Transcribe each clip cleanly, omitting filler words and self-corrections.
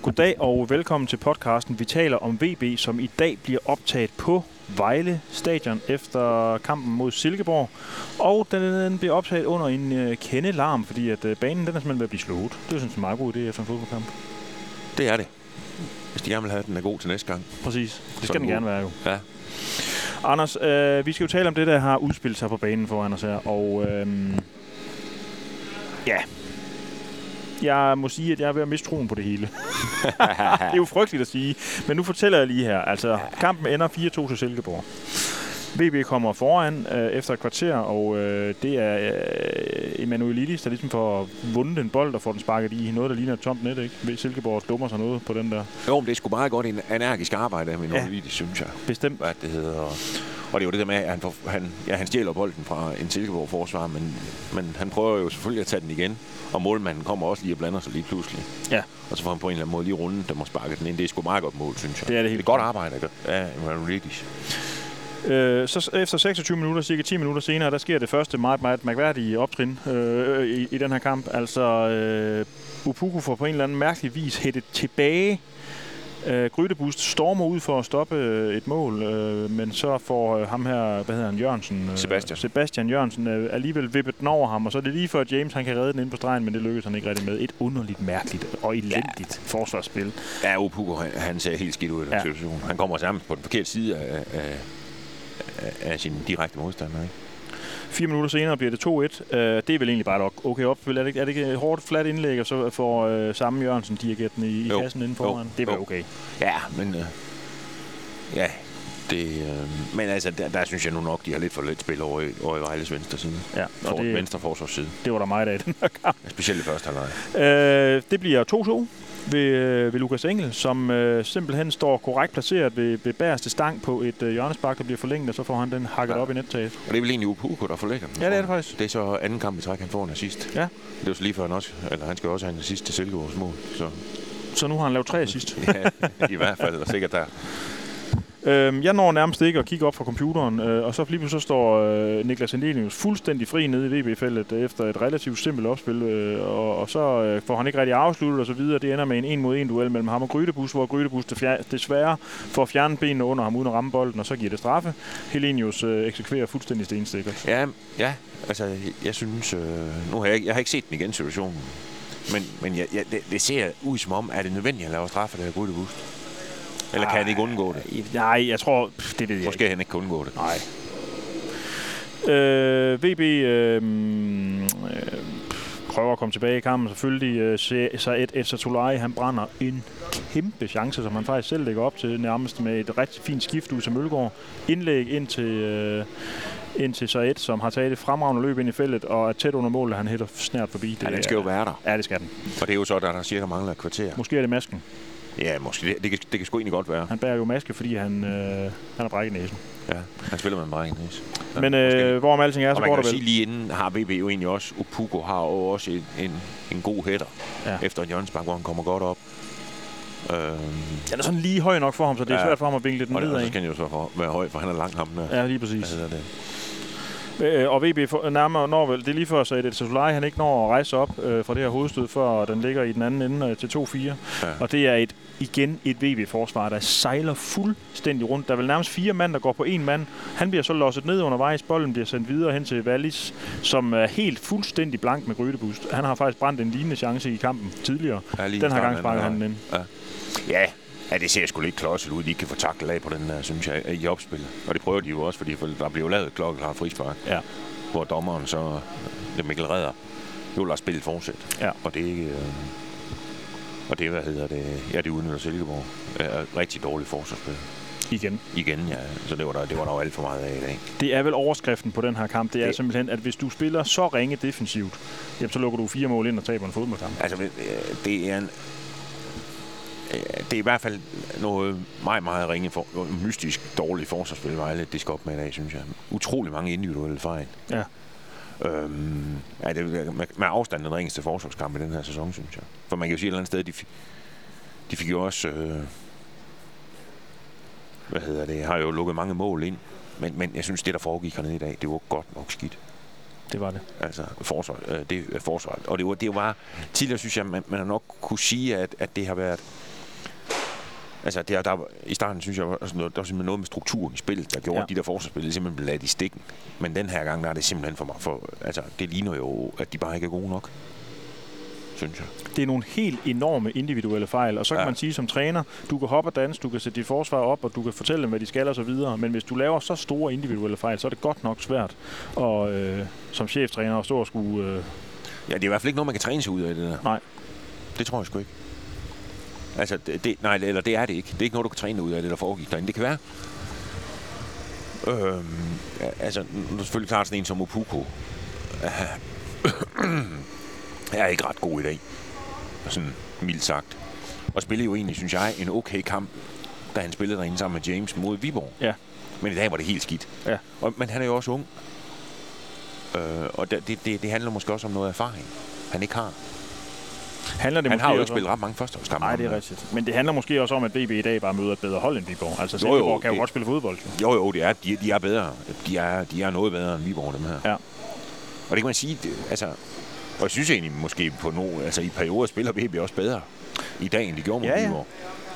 Goddag og velkommen til podcasten. Vi taler om VB, som i dag bliver optaget på Vejle Stadion efter kampen mod Silkeborg. Og den bliver optaget under en kendelarm, fordi at banen den er simpelthen ved at blive slået. Det er sådan en meget god idé efter en fodboldkamp. Det er det. Hvis de gerne vil have, den er god til næste gang. Præcis. Det skal den gerne være jo. Ja. Anders, vi skal jo tale om det, der har udspillet sig på banen foran os her. Og ja... Jeg må sige, at jeg er ved at miste troen på det hele. Det er jo frygteligt at sige. Men nu fortæller jeg lige her. Altså, kampen ender 4-2 til Silkeborg. VB kommer foran efter et kvarter, og det er Emanuelidis, der ligesom får vundet en bold og får den sparket i noget, der ligner et tomt net, ikke? Silkeborg dummer sig noget på den der. Jo, men det er sgu meget godt en energisk arbejde af Emanuelidis, synes jeg. Bestemt. Hvad det hedder. Og det er jo det der med, at han stjæler bolden fra en Silkeborg-forsvar, men han prøver jo selvfølgelig at tage den igen. Og målmanden kommer også lige og blander sig lige pludselig. Ja. Og så får han på en eller anden måde lige runde, der må sparke den ind. Det er sgu meget godt mål, synes jeg. Det er det helt. Det er godt arbejde af Emanuelidis. Så efter 26 minutter, cirka 10 minutter senere, der sker det første meget, meget mærkværdige optrin i den her kamp. Altså, Upuku får på en eller anden mærkelig vis hættet tilbage. Grydebust stormer ud for at stoppe et mål, men så får ham her, hvad hedder han, Jørgensen? Sebastian Jørgensen alligevel vippet den over ham, og så er det lige før James han kan redde den ind på stregen, men det lykkes han ikke rigtig med. Et underligt, mærkeligt og elendigt forsvarsspil. Ja, Upuku, han ser helt skidt ud i den situation. Han kommer sammen på den forkerte side af sin direkte modstander, ikke? 4 minutter senere bliver det 2-1. Det er vel egentlig bare et okay opspil. Er det ikke et hårdt, fladt indlæg, og så får samme Jørgensen dirigenten i kassen inden foran? Det er vel okay. Ja, men... ja, det... men altså, der synes jeg nu nok, de har lidt for lidt spil over i Vejles venstre side. Ja, og det, venstre forsvarsside. Det var der meget af den her kamp. Specielt i første halvleg. Det bliver 2-2. Ved Lukas Engel, som simpelthen står korrekt placeret ved bagerste stang på et hjørnespark, der bliver forlænget, og så får han den hakket op i nettaget. Og det er vel egentlig Upuku, der forlægger den? Ja, det er det faktisk. Det er så anden kamp i træk, han får en assist. Ja. Det er jo så lige før han også, eller han skal også have en assist til Silkeborgs mål. Så nu har han lavet 3 assist. Ja, i hvert fald, og sikkert der. Jeg når nærmest ikke at kigge op fra computeren, og så lige så står Niklas Endelius fuldstændig fri nede i VB-feltet efter et relativt simpelt opspil, og så får han ikke rigtig afsluttet og så videre. Det ender med en 1-mod-1 duel mellem ham og Grydebus, hvor Grydebus desværre får fjernet benene under ham uden at ramme bolden, og så giver det straffe. Helenius eksekverer fuldstændig stenstikkert. Ja, altså jeg synes, nu har jeg har ikke set den igen situationen, men det ser ud som om, er det nødvendigt at lave straffe, der er Grydebus? Eller kan han ikke undgå det? Nej, jeg tror... Det ved jeg måske han ikke kan undgå det. Nej. VB prøver at komme tilbage i kampen. Selvfølgelig Saed Etsatolai, han brænder en kæmpe chance, som han faktisk selv lægger op til nærmest med et rigtig fint skift ud til Mølgaard. Indlæg ind til Saed, som har taget et fremragende løb ind i feltet, og er tæt under målet, han hætter snært forbi. Den skal jo være der. Ja, det skal den. Og det er jo så, der cirka mangler et kvarter. Måske er det masken. Ja, måske. Det kan sgu egentlig godt være. Han bærer jo maske, fordi han har brækket næsen. Ja, han spiller med en brækket næse. Ja, men hvorom alting er, så går det vel. Sige, lige inden har VB jo egentlig også, Upuku har jo også en god hætter efter en hjørnespark, hvor han kommer godt op. Den er sådan lige høj nok for ham, så det er svært for ham at vinkle den nedad. Og så skal han jo så være høj, for han er langt ham der. Ja, lige præcis. Og VB nærmere når vel, det er lige før, så at Solai han ikke når at rejse op fra det her hovedstød, før den ligger i den anden ende til 2-4. Ja. Og det er igen et VB-forsvar, der sejler fuldstændig rundt. Der er vel nærmest 4 mand, der går på 1 mand. Han bliver så losset ned undervejs. Bolden bliver sendt videre hen til Wallis, som er helt fuldstændig blank med Grydebust. Han har faktisk brændt en lignende chance i kampen tidligere. Ja, den her gang sparker han den ind. Ja, det ser sgu lidt klodset ud. De ikke kan få taklet af på den der, synes jeg, i opspil. Og det prøver de jo også, fordi der bliver jo lavet et klokkeklart frispark. Ja. Hvor dommeren så, Mikkel Redder, jo lader spillet fortsætte. Ja. Og det er ikke... og det, det udnytter Silkeborg. Rigtig dårligt forsvarsspil. Igen, ja. Så det var der jo alt for meget af i dag. Det er vel overskriften på den her kamp. Det er simpelthen, at hvis du spiller så ringe defensivt, jamen, så lukker du 4 mål ind og taber en fodboldkamp. Altså, det er i hvert fald noget meget, meget ringe, mystisk dårligt forsvarsspil, Vejle, det skal op med i dag, synes jeg. Utrolig mange individuelle fejl. Ja. Det er med afstand den ringeste forsvarskamp i den her sæson, synes jeg. For man kan jo sige et eller andet sted, de fik jo også... har jo lukket mange mål ind. Men jeg synes, det der foregik hernede i dag, det var godt nok skidt. Det var det. Altså forsvaret. Og det var tidligere, synes jeg, man har nok kunne sige, at det har været Altså, i starten synes jeg, der var simpelthen noget med strukturen i spillet, der gjorde, at de der forsvarsspillere simpelthen blev ladt i stikken. Men den her gang, der er det simpelthen for mig. Altså, det ligner jo, at de bare ikke er gode nok, synes jeg. Det er nogle helt enorme individuelle fejl, og så kan man sige som træner, du kan hoppe og danse, du kan sætte dit forsvar op, og du kan fortælle dem, hvad de skal og så videre. Men hvis du laver så store individuelle fejl, så er det godt nok svært og som cheftræner at stå og skulle... Ja, det er i hvert fald ikke noget, man kan træne sig ud af det der. Nej. Det tror jeg sgu ikke. Altså, det er det ikke. Det er ikke noget, du kan træne ud af det, der foregik derinde. Det kan være. Altså, nu er selvfølgelig klart sådan en som Opoku. Er ikke ret god i dag. Sådan mildt sagt. Og spillede jo egentlig, synes jeg, en okay kamp, da han spillede derinde sammen med James mod Viborg. Ja. Men i dag var det helt skidt. Ja. Men han er jo også ung. Og det handler måske også om noget erfaring, han ikke har. Han har jo ikke spillet ret mange førsteårskampe. Nej, det er rigtigt. Men det handler måske også om, at VB i dag bare møder et bedre hold end Viborg. Altså, Viborg kan jo godt spille fodbold. Jo, de er bedre. De er noget bedre end Viborg, dem her. Ja. Og det kan man sige, altså... Og jeg synes egentlig måske på altså i perioder spiller VB også bedre i dag, end de gjorde mod Viborg.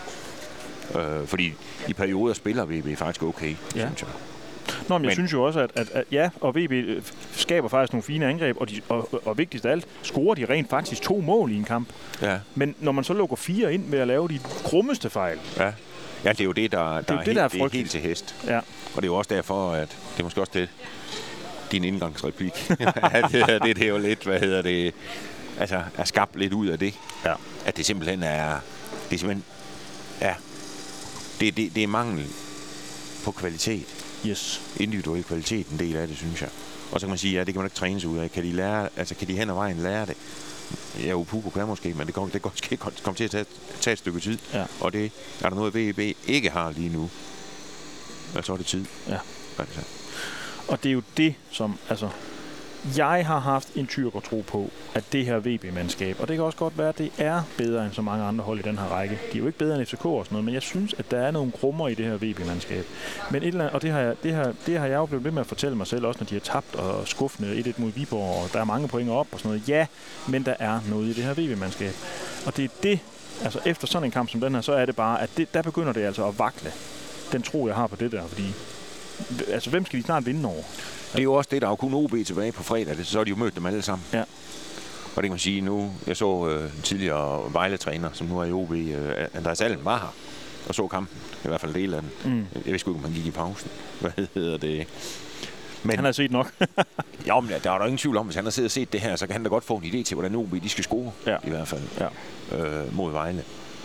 Fordi i perioder spiller VB faktisk okay, synes jeg. Nå, men jeg synes jo også, at og VB skaber faktisk nogle fine angreb, og vigtigst af alt, scorer de rent faktisk 2 mål i en kamp. Ja. Men når man så lukker 4 ind ved at lave de grummeste fejl... Ja, det er jo det, der er helt til hest. Ja. Og det er jo også derfor, at det er måske også det, din indgangsreplik. det er jo lidt, altså er skabt lidt ud af det. Ja. At det simpelthen er... Det er simpelthen... Ja. Det er mangel på kvalitet. Yes. Individuel kvalitet, en del af det, synes jeg. Og så kan man sige, ja, det kan man ikke træne sig ud af. Kan de hen ad vejen lære det? Ja, Opoku kan måske, men det kommer til at tage et stykke tid. Ja. Og det er der noget, VB ikke har lige nu. Og så er det tid. Ja. Altså. Og det er jo det, som... Altså, jeg har haft en tro på, at det her VB-mandskab, og det kan også godt være, at det er bedre end så mange andre hold i den her række. De er jo ikke bedre end FCK og sådan noget, men jeg synes, at der er nogle krummer i det her VB-mandskab. Men et eller andet, og det har jeg jo blevet ved med at fortælle mig selv, også når de har tabt og skuffende 1-1 mod Viborg, og der er mange point op og sådan noget. Ja, men der er noget i det her VB-mandskab. Og det er det, altså efter sådan en kamp som den her, så er det bare, at der begynder det altså at vakle. Den tro, jeg har på det der, fordi... Altså, hvem skal de snart vinde over? Det er jo også det, der er jo kun OB tilbage på fredag. Så har de jo mødt dem alle sammen. Ja. Og det kan man sige nu. Jeg så tidligere Vejle-træner, som nu er i OB. Andreas Allen var her og så kampen. I hvert fald en del af den. Jeg vidste ikke, om han gik i pausen. Hvad hedder det? Men, han har set nok. Ja, men der er der ingen tvivl om, hvis han har siddet og set det her, så kan han da godt få en idé til, hvordan OB de skal score. Ja. I hvert fald. Ja. Mod Vejle.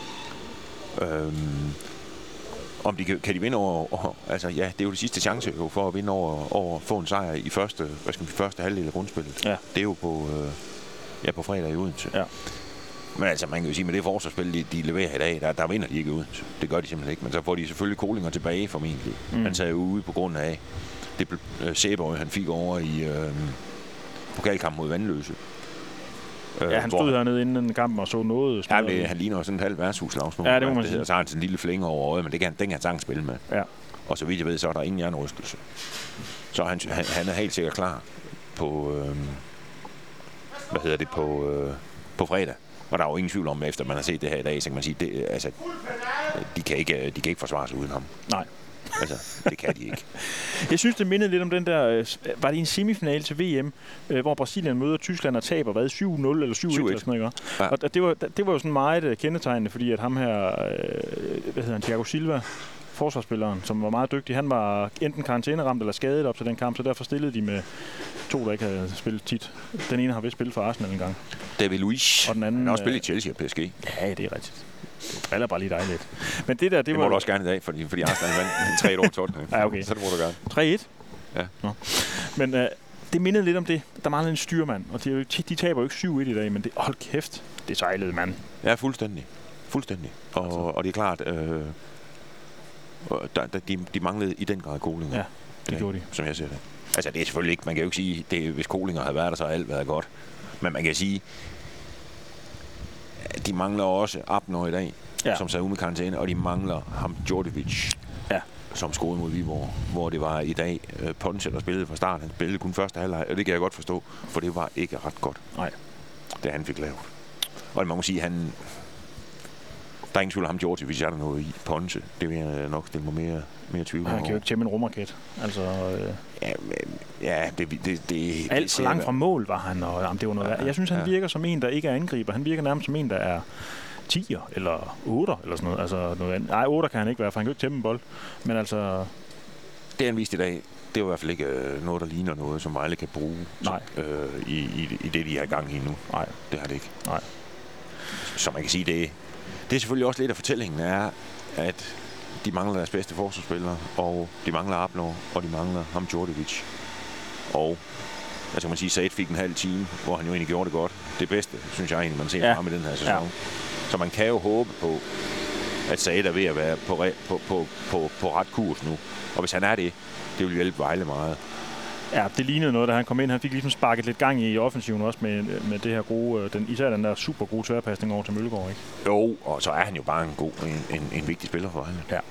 Om de kan de vinde over, altså ja, det er jo det sidste chance jo, for at vinde over få en sejr i første halvdel af grundspillet. Ja. Det er jo på fredag i Odense. Ja. Men altså, man kan jo sige, med det forsvarsspil, de leverer i dag, der vinder de ikke Odense. Det gør de simpelthen ikke, men så får de selvfølgelig Kolinger tilbage formentlig. Han sad jo ude på grund af det Sæber, han fik over i pokalkampen mod Vandløse. Ja, han stod hernede inden kampen og så noget. Ja, han ligner sådan en halv værtshuslagsmål. Ja, det må man sige. Så har han sådan en lille flænger over øjet, men den kan han sagtens spille med. Ja. Og så vidt jeg ved, så er der ingen hjernerystelse. Så han er helt sikkert klar på, på fredag. Og der er jo ingen tvivl om, efter man har set det her i dag, så kan man sige, de kan ikke forsvare sig uden ham. Nej. Altså, det kan de ikke. Jeg synes, det mindede lidt om den der... Var det en semifinale til VM, hvor Brasilien møder Tyskland og taber, 7-0 eller 7-1 eller sådan noget, ja. Og det var jo sådan meget kendetegnende, fordi at ham her, Thiago Silva, forsvarsspilleren, som var meget dygtig, han var enten karantæneramt eller skadet op til den kamp, så derfor stillede de med 2, der ikke havde spillet tit. Den ene har vist spillet for Arsenal en gang. David Luiz. Og den anden... Han har også spillet i Chelsea og PSG. Ja, det er rigtigt. Det driller bare lige dejligt. Men det der, det må du også gerne i dag, fordi Arsenal vandt 3 over Tottenham. Ja, okay. Så det må du gerne. 3-1? Ja. Nå. Men det mindede lidt om det. Der manglede en styrmand, og de taber jo ikke 7-1 i dag, men det, hold kæft, det sejlede, mand. Ja, fuldstændig. Og det er klart, de manglede i den grad Kolinger. Ja, det gjorde de. Som jeg ser det. Altså, det er selvfølgelig ikke, man kan jo ikke sige, hvis Kolinger havde været der, så havde alt været godt. Men man kan sige, de mangler også Abner i dag, som sad ude med karantæne, og de mangler ham Djordjevic, som scorede mod Viborg, hvor det var i dag Ponce, der spillede fra start. Han spillede kun første halvleg, og det kan jeg godt forstå, for det var ikke ret godt, det han fik lavet. Og man må sige, Der er ingen tvivl om ham, George, hvis jeg er der noget i. Ponce, det vil jeg nok stille mig mere tvivl over. Han kan jo ikke tæmme en rumraket. Altså, det alt for langt fra mål var han, og det var noget. Jeg synes, han virker som en, der ikke er angriber. Han virker nærmest som en, der er 10'er eller 8'er eller sådan noget. Altså noget andet. Nej, 8'er kan han ikke være, for han kan jo ikke tæmme en bold. Men altså... Det han viste i dag, det er i hvert fald ikke noget, der ligner noget, som Vejle kan bruge i det, de har i gang i nu. Nej. Det har det ikke. Nej. Så man kan sige, det er selvfølgelig også lidt af fortællingen, er, at de mangler deres bedste forsvarsspillere, og de mangler Abner, og de mangler ham Djordjevic. Og altså man sige, Said fik en halv time, hvor han jo egentlig gjorde det godt. Det bedste, synes jeg egentlig, man ser frem i den her sæson. Ja. Så man kan jo håbe på, at Said er ved at være på ret kurs nu. Og hvis han er det, det vil hjælpe Vejle meget. Ja, det lignede noget, da han kom ind. Han fik ligesom sparket lidt gang i offensiven også med det her gode, især den der super gode tværpasning over til Mølgaard, ikke? Jo, og så er han jo bare en vigtig spiller for Vejle. Ja.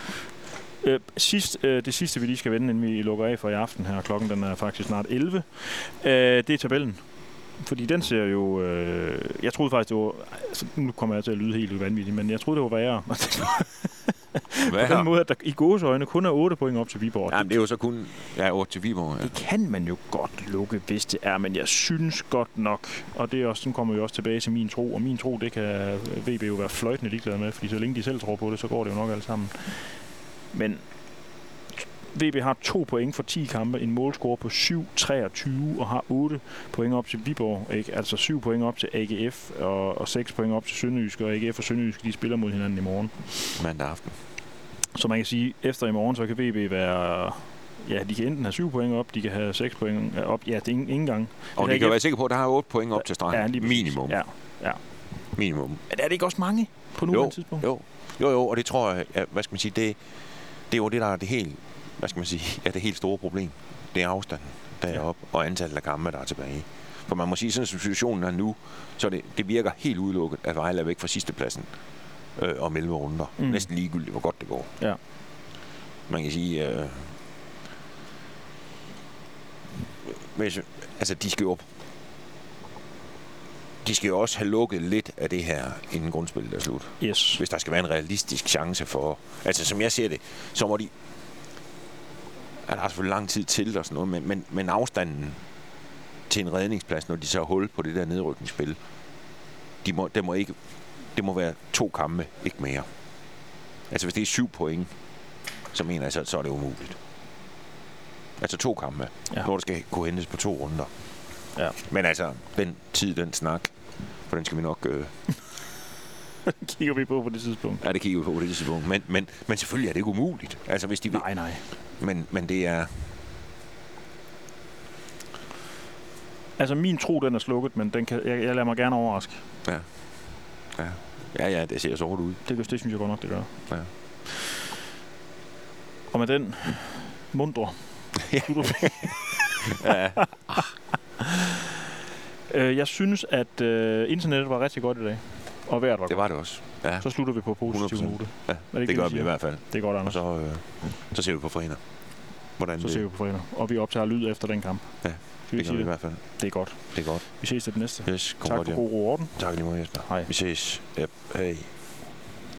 Det sidste, vi lige skal vende, inden vi lukker af for i aften her, klokken den er faktisk snart 11, det er tabellen. Fordi den ser jo... jeg troede faktisk, det var... Altså, nu kommer jeg til at lyde helt vanvittigt, men jeg troede, det var værre. På den måde, at der i Gås øjne kun er 8 point op til Viborg. Ja, det er jo så kun 8 til Viborg. Ja. Det kan man jo godt lukke, hvis det er, men jeg synes godt nok, og det er også, sådan kommer vi også tilbage til min tro, og min tro, det kan VB jo være fløjtende ligeglad med, fordi så længe de selv tror på det, så går det jo nok alt sammen. Men VB har 2 point for 10 kampe, en målscore på 7-23 og har 8 point op til Viborg, ikke? Altså 7 point op til AGF og 6 point op til Sønderjyske, og AGF og Sønderjyske, de spiller mod hinanden i morgen. Mandag aften. Så man kan sige, efter i morgen, så kan VB være... Ja, de kan enten have 7 point op, de kan have 6 point op. Ja, det er ingen gang. Og de kan være sikre på, at der har 8 point op til stregen. Ja, minimum. Ja. Minimum. Men er det ikke også mange på nuværende tidspunkt? Jo, og det tror jeg, at, hvad skal man sige, det er jo det, der er det helt, hvad skal man sige, det helt store problem. Det er afstanden deroppe, og antallet af kampe, der er tilbage. For man må sige, sådan en situation er nu, så det virker helt udelukket, at Vejle er væk fra sidstepladsen om 11 runder. Næsten ligegyldigt, hvor godt det går. Ja. Man kan sige, altså de skal jo også have lukket lidt af det her, inden grundspillet er slut. Yes. Hvis der skal være en realistisk chance for... Altså, som jeg ser det, så må de... Der er selvfølgelig lang tid til og sådan noget, men afstanden til en redningsplads, når de så har hul på det der nedrykningsspil, det må være 2 kampe, ikke mere. Altså, hvis det er 7 point, så mener jeg, så er det umuligt. Altså 2 kampe, når det skal kunne hentes på 2 runder. Ja. Men altså, den snak, for den skal vi nok... kigger vi på det tidspunkt. Ja, det kigger vi på det tidspunkt. Men selvfølgelig er det ikke umuligt. Altså, hvis de vil. Nej. Men det er... Altså, min tro, den er slukket, men den kan, jeg lader mig gerne overraske. Ja, det ser sort ud. Det synes jeg godt nok, det gør. Ja. Og med den mundre. Ja. Jeg synes, at internettet var rigtig godt i dag. Og vejret var det var det også. Ja. Så slutter vi på positiv note. Ja, det gør vi i hvert fald. Det er godt, Anders. Og så ser vi på fredag. Ser vi på fredag. Og vi optager lyd efter den kamp. Ja, det gør vi i hvert fald. Det er godt. Det er godt. Vi ses til det næste. Yes, tak for god ro og orden. Tak lige meget, Jesper. Hej. Vi ses. Yep. Hej.